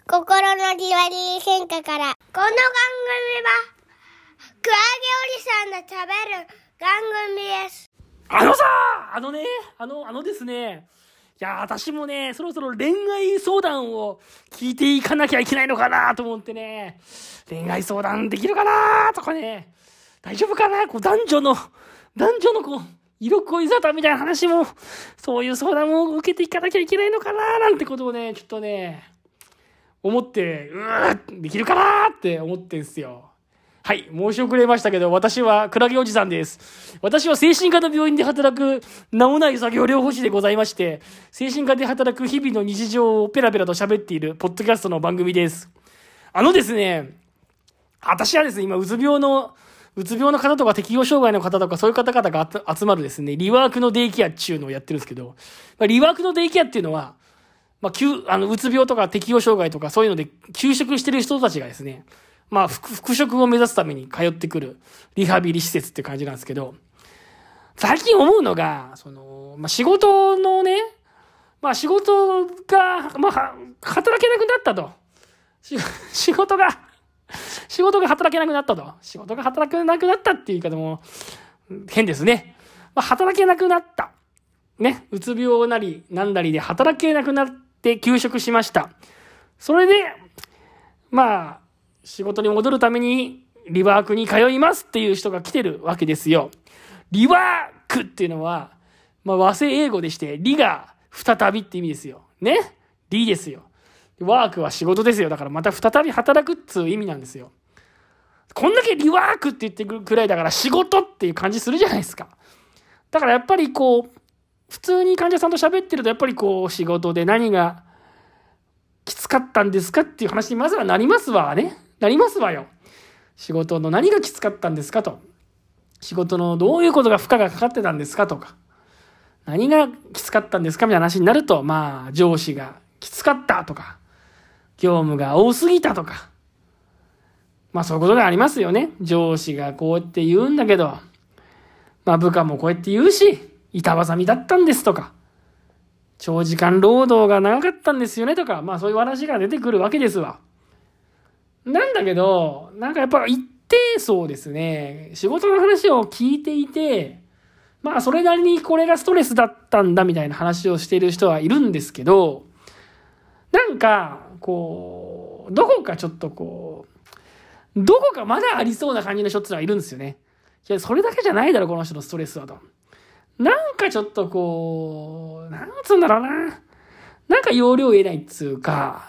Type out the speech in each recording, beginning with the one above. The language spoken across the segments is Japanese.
心のじわり変化から。この番組は、クラゲおじさんが食べる番組です。 ですね。いや、私もね、そろそろ恋愛相談を聞いていかなきゃいけないのかなと思ってね、恋愛相談できるかなとかね、大丈夫かな男女の色恋沙汰みたいな話も、そういう相談を受けていかなきゃいけないのかななんてことをね、ちょっとね、思って、できるかなって思ってんすよ。はい、申し遅れましたけど、私はクラゲおじさんです。私は精神科の病院で働く名もない作業療法士でございまして、精神科で働く日々の日常をペラペラと喋っているポッドキャストの番組です。ですね、私はですね、今うつ病の方とか適応障害の方とかそういう方々が集まるですね、リワークのデイケアっていうのをやってるんですけど、リワークのデイケアっていうのは、うつ病とか適応障害とかそういうので休職してる人たちがですね、復職を目指すために通ってくるリハビリ施設って感じなんですけど、最近思うのが、仕事のね、仕事が、働けなくなったと。仕事が働けなくなったと。仕事が働けなくなったっていう言い方も変ですね。働けなくなった。ね。うつ病なりなんだりで働けなくなって休職しました。それで、仕事に戻るためにリワークに通いますっていう人が来てるわけですよ。リワークっていうのは、和製英語でして、リが再びって意味ですよ。ね。リですよ。ワークは仕事ですよ。だからまた再び働くっていう意味なんですよ。こんだけリワークって言ってくるくらいだから仕事っていう感じするじゃないですか。だからやっぱり普通に患者さんと喋ってるとやっぱり仕事で何がきつかったんですかっていう話にまずはなりますわね。なりますわよ。仕事の何がきつかったんですかと。仕事のどういうことが負荷がかかってたんですかとか。何がきつかったんですかみたいな話になると、上司がきつかったとか、業務が多すぎたとか。そういうことがありますよね。上司がこうやって言うんだけど、部下もこうやって言うし、板挟みだったんですとか、長時間労働が長かったんですよねとか、そういう話が出てくるわけですわ。なんだけど、やっぱ一定層ですね、仕事の話を聞いていて、それなりにこれがストレスだったんだみたいな話をしている人はいるんですけど、どこかちょっとどこかまだありそうな感じの人ってのはいるんですよね。いや、それだけじゃないだろ、この人のストレスはと。ちょっとなんつうんだろうな。要領得ないっていうか、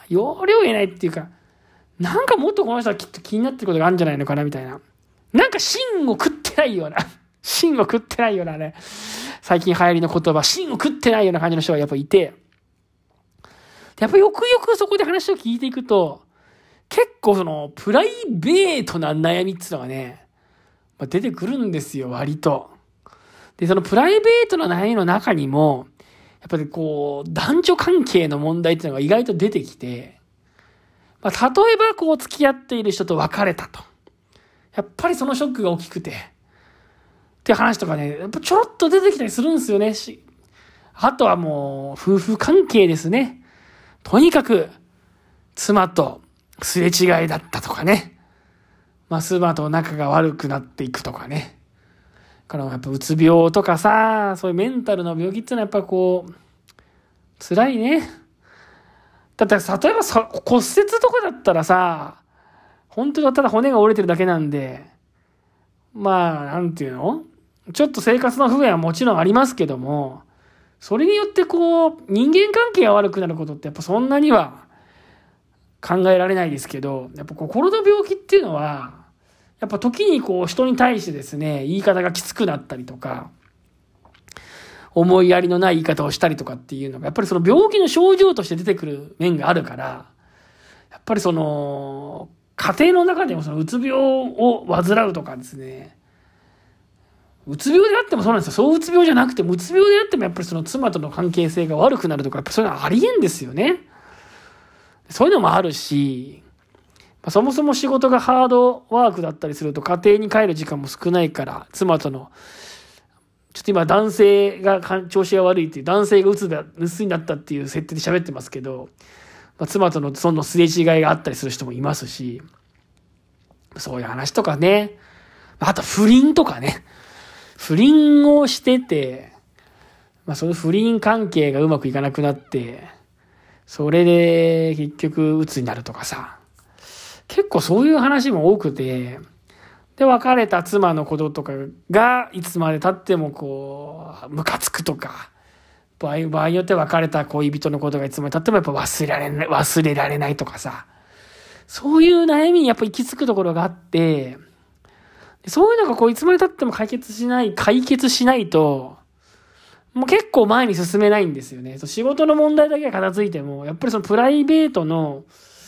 もっとこの人はきっと気になってることがあるんじゃないのかなみたいな。芯を食ってないようなね。最近流行りの言葉、芯を食ってないような感じの人がやっぱいて。やっぱよくよくそこで話を聞いていくと、結構プライベートな悩みっていうのがね、出てくるんですよ、割と。で、そのプライベートな悩みの中にも、やっぱり男女関係の問題っていうのが意外と出てきて、例えば付き合っている人と別れたと。やっぱりそのショックが大きくて、って話とかね、やっぱちょろっと出てきたりするんですよね。あとはもう、夫婦関係ですね。とにかく、妻とすれ違いだったとかね。妻と仲が悪くなっていくとかね。やっぱうつ病とかさ、そういうメンタルの病気っていうのはやっぱ辛いね。だって例えば骨折とかだったらさ、本当にただ骨が折れてるだけなんで、なんていうの？ちょっと生活の不便はもちろんありますけども、それによって人間関係が悪くなることってやっぱそんなには考えられないですけど、やっぱ心の病気っていうのは、やっぱ時に人に対してですね、言い方がきつくなったりとか、思いやりのない言い方をしたりとかっていうのが、やっぱりその病気の症状として出てくる面があるから、やっぱり家庭の中でもうつ病を患うとかですね、うつ病であってもそうなんですよ。そううつ病じゃなくても、うつ病であってもやっぱり妻との関係性が悪くなるとか、やっぱそういうのはありえんですよね。そういうのもあるし、そもそも仕事がハードワークだったりすると家庭に帰る時間も少ないから、妻との、ちょっと今男性が調子が悪いっていう、男性がうつになったっていう設定で喋ってますけど、 妻とのそのすれ違いがあったりする人もいますし、そういう話とかね。あと不倫とかね。不倫をしてて、その不倫関係がうまくいかなくなって、それで結局鬱になるとかさ。結構そういう話も多くて、で、別れた妻のこととかがいつまで経ってもムカつくとか、場合によって別れた恋人のことがいつまで経ってもやっぱ忘れられないとかさ。そういう悩みにやっぱ行き着くところがあって、そういうのがいつまで経っても解決しないと、もう結構前に進めないんですよね。仕事の問題だけが片付いても、やっぱりそのプライベートの、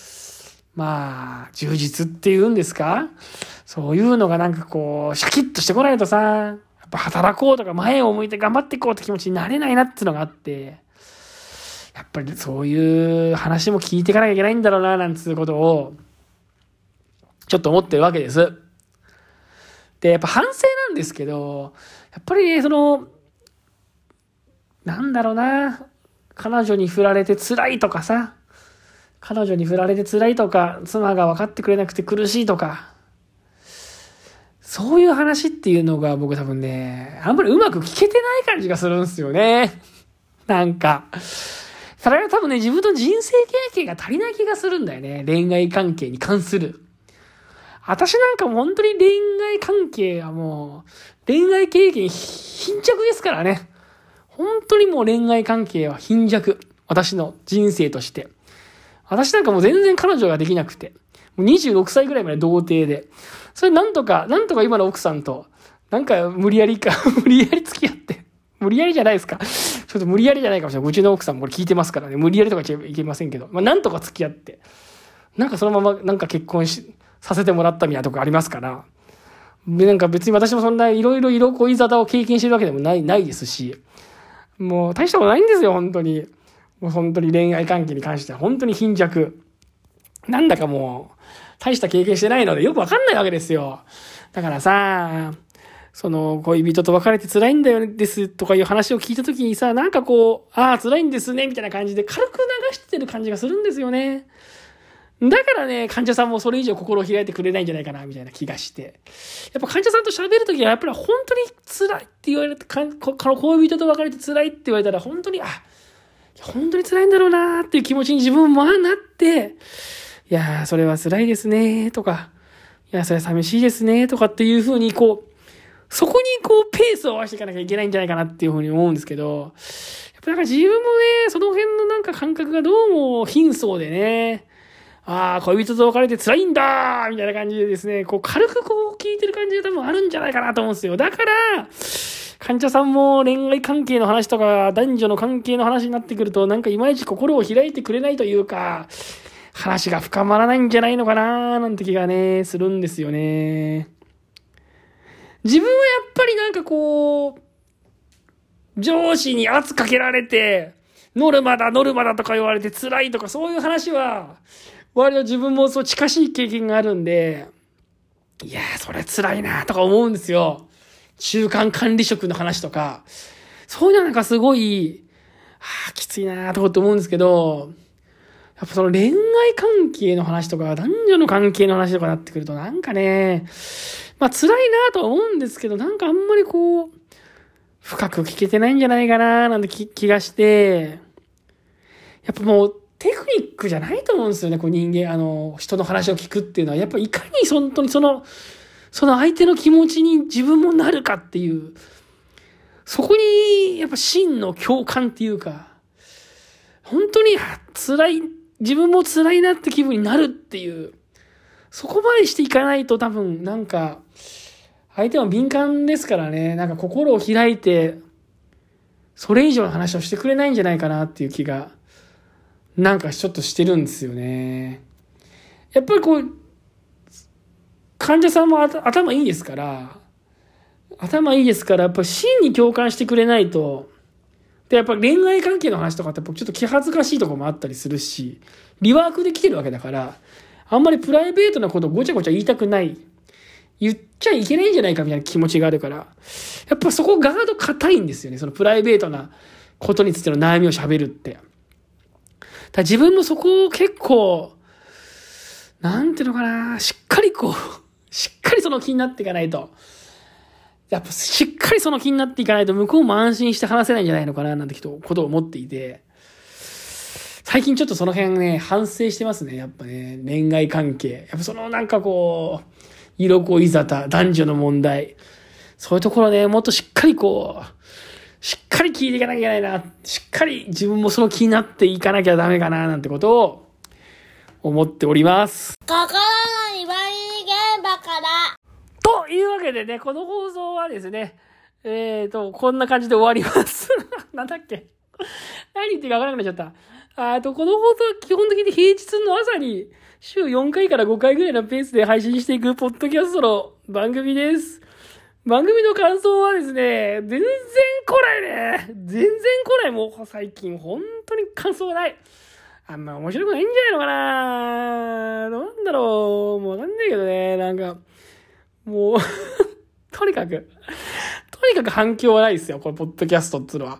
充実っていうんですか？そういうのがシャキッとしてこないとさ、やっぱ働こうとか前を向いて頑張っていこうって気持ちになれないなっていうのがあって、やっぱりそういう話も聞いていかなきゃいけないんだろうな、なんつうことを、ちょっと思ってるわけです。で、やっぱ反省なんですけど、やっぱりね、彼女に振られて辛いとかさ、彼女に振られて辛いとか、妻が分かってくれなくて苦しいとか、そういう話っていうのが僕多分ね、あんまりうまく聞けてない感じがするんですよね。それは多分ね、自分の人生経験が足りない気がするんだよね。恋愛関係に関する。私なんかもう本当に恋愛関係はもう、恋愛経験貧弱ですからね。本当にもう恋愛関係は貧弱。私の人生として。私なんかもう全然彼女ができなくて。もう26歳ぐらいまで童貞で。それなんとか今の奥さんと、無理やり付き合って。無理やりじゃないですか。ちょっと無理やりじゃないかもしれない。うちの奥さんもこれ聞いてますからね。無理やりとか言っちゃいけませんけど。なんとか付き合って。そのまま結婚させてもらったみたいなとこありますから。別に私もそんないろいろ色恋沙汰を経験してるわけでもないですし。もう大したことないんですよ、本当に。もう本当に恋愛関係に関しては本当に貧弱。なんだかもう、大した経験してないのでよくわかんないわけですよ。だからさ、恋人と別れて辛いんだよですとかいう話を聞いたときにさ、辛いんですねみたいな感じで軽く流してる感じがするんですよね。だからね、患者さんもそれ以上心を開いてくれないんじゃないかなみたいな気がして。やっぱ患者さんと喋るときはやっぱり本当に辛いって言われて、恋人と別れて辛いって言われたら本当に辛いんだろうなーっていう気持ちに自分もなって、いやー、それは辛いですねーとか、いや、それは寂しいですねーとかっていう風にそこにペースを合わせていかなきゃいけないんじゃないかなっていう風に思うんですけど、やっぱ自分もね、その辺の感覚がどうも貧相でね、恋人と別れて辛いんだーみたいな感じでですね、軽く聞いてる感じが多分あるんじゃないかなと思うんですよ。だから、患者さんも恋愛関係の話とか、男女の関係の話になってくると、いまいち心を開いてくれないというか、話が深まらないんじゃないのかなーなんて気がね、するんですよね。自分はやっぱり上司に圧かけられて、ノルマだとか言われて辛いとかそういう話は、割と自分も近しい経験があるんで、いやーそれ辛いなとか思うんですよ。中間管理職の話とか、そういうのすごい、きついなとかって思うんですけど、やっぱ恋愛関係の話とか、男女の関係の話とかなってくると辛いなとは思うんですけど、あんまり深く聞けてないんじゃないかななんて気がして、やっぱもうテクニックじゃないと思うんですよね、人間、人の話を聞くっていうのは。やっぱいかに本当にその相手の気持ちに自分もなるかっていう、そこにやっぱ真の共感っていうか、本当に自分も辛いなって気分になるっていう、そこまでしていかないと多分相手は敏感ですからね、心を開いて、それ以上の話をしてくれないんじゃないかなっていう気が、ちょっとしてるんですよね。やっぱり患者さんも頭いいですから、やっぱり真に共感してくれないと、で、やっぱり恋愛関係の話とかってちょっと気恥ずかしいところもあったりするし、リワークできてるわけだから、あんまりプライベートなことをごちゃごちゃ言いたくない。言っちゃいけないんじゃないかみたいな気持ちがあるから、やっぱそこガード硬いんですよね。そのプライベートなことについての悩みを喋るって。 だ自分もそこを結構、なんていうのかな、しっかりその気になっていかないと。やっぱしっかりその気になっていかないと向こうも安心して話せないんじゃないのかななんてことを思っていて、最近ちょっとその辺ね、反省してますね。やっぱね、恋愛関係。やっぱそのなんかこう、色恋沙汰、男女の問題。そういうところね、もっとしっかり聞いていかなきゃいけないな。しっかり自分もその気になっていかなきゃダメかななんてことを思っております。 心の2倍現場から。 というわけでね、この放送はですね、こんな感じで終わります。なんだっけ何言ってるか分からなくなっちゃった。この放送は基本的に平日の朝に週4回から5回ぐらいのペースで配信していくポッドキャストの番組です。番組の感想はですね、全然来ない。もう最近本当に感想がない。あんま面白くないんじゃないのかな。どうなんだろう。もうわかんないけどね。なんか、もう、とにかく反響はないですよ。このポッドキャストっていうのは。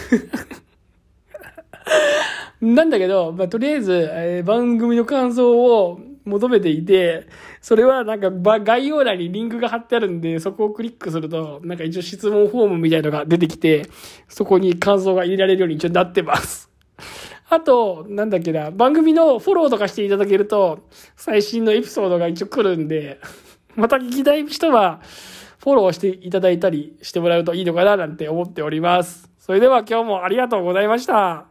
なんだけど、とりあえず、番組の感想を求めていて、それはなんか概要欄にリンクが貼ってあるんで、そこをクリックすると、なんか一応質問フォームみたいなのが出てきて、そこに感想が入れられるように一応なってます。あと、番組のフォローとかしていただけると、最新のエピソードが一応来るんで、また聞きたい人は、フォローしていただいたりしてもらうといいのかななんて思っております。それでは今日もありがとうございました。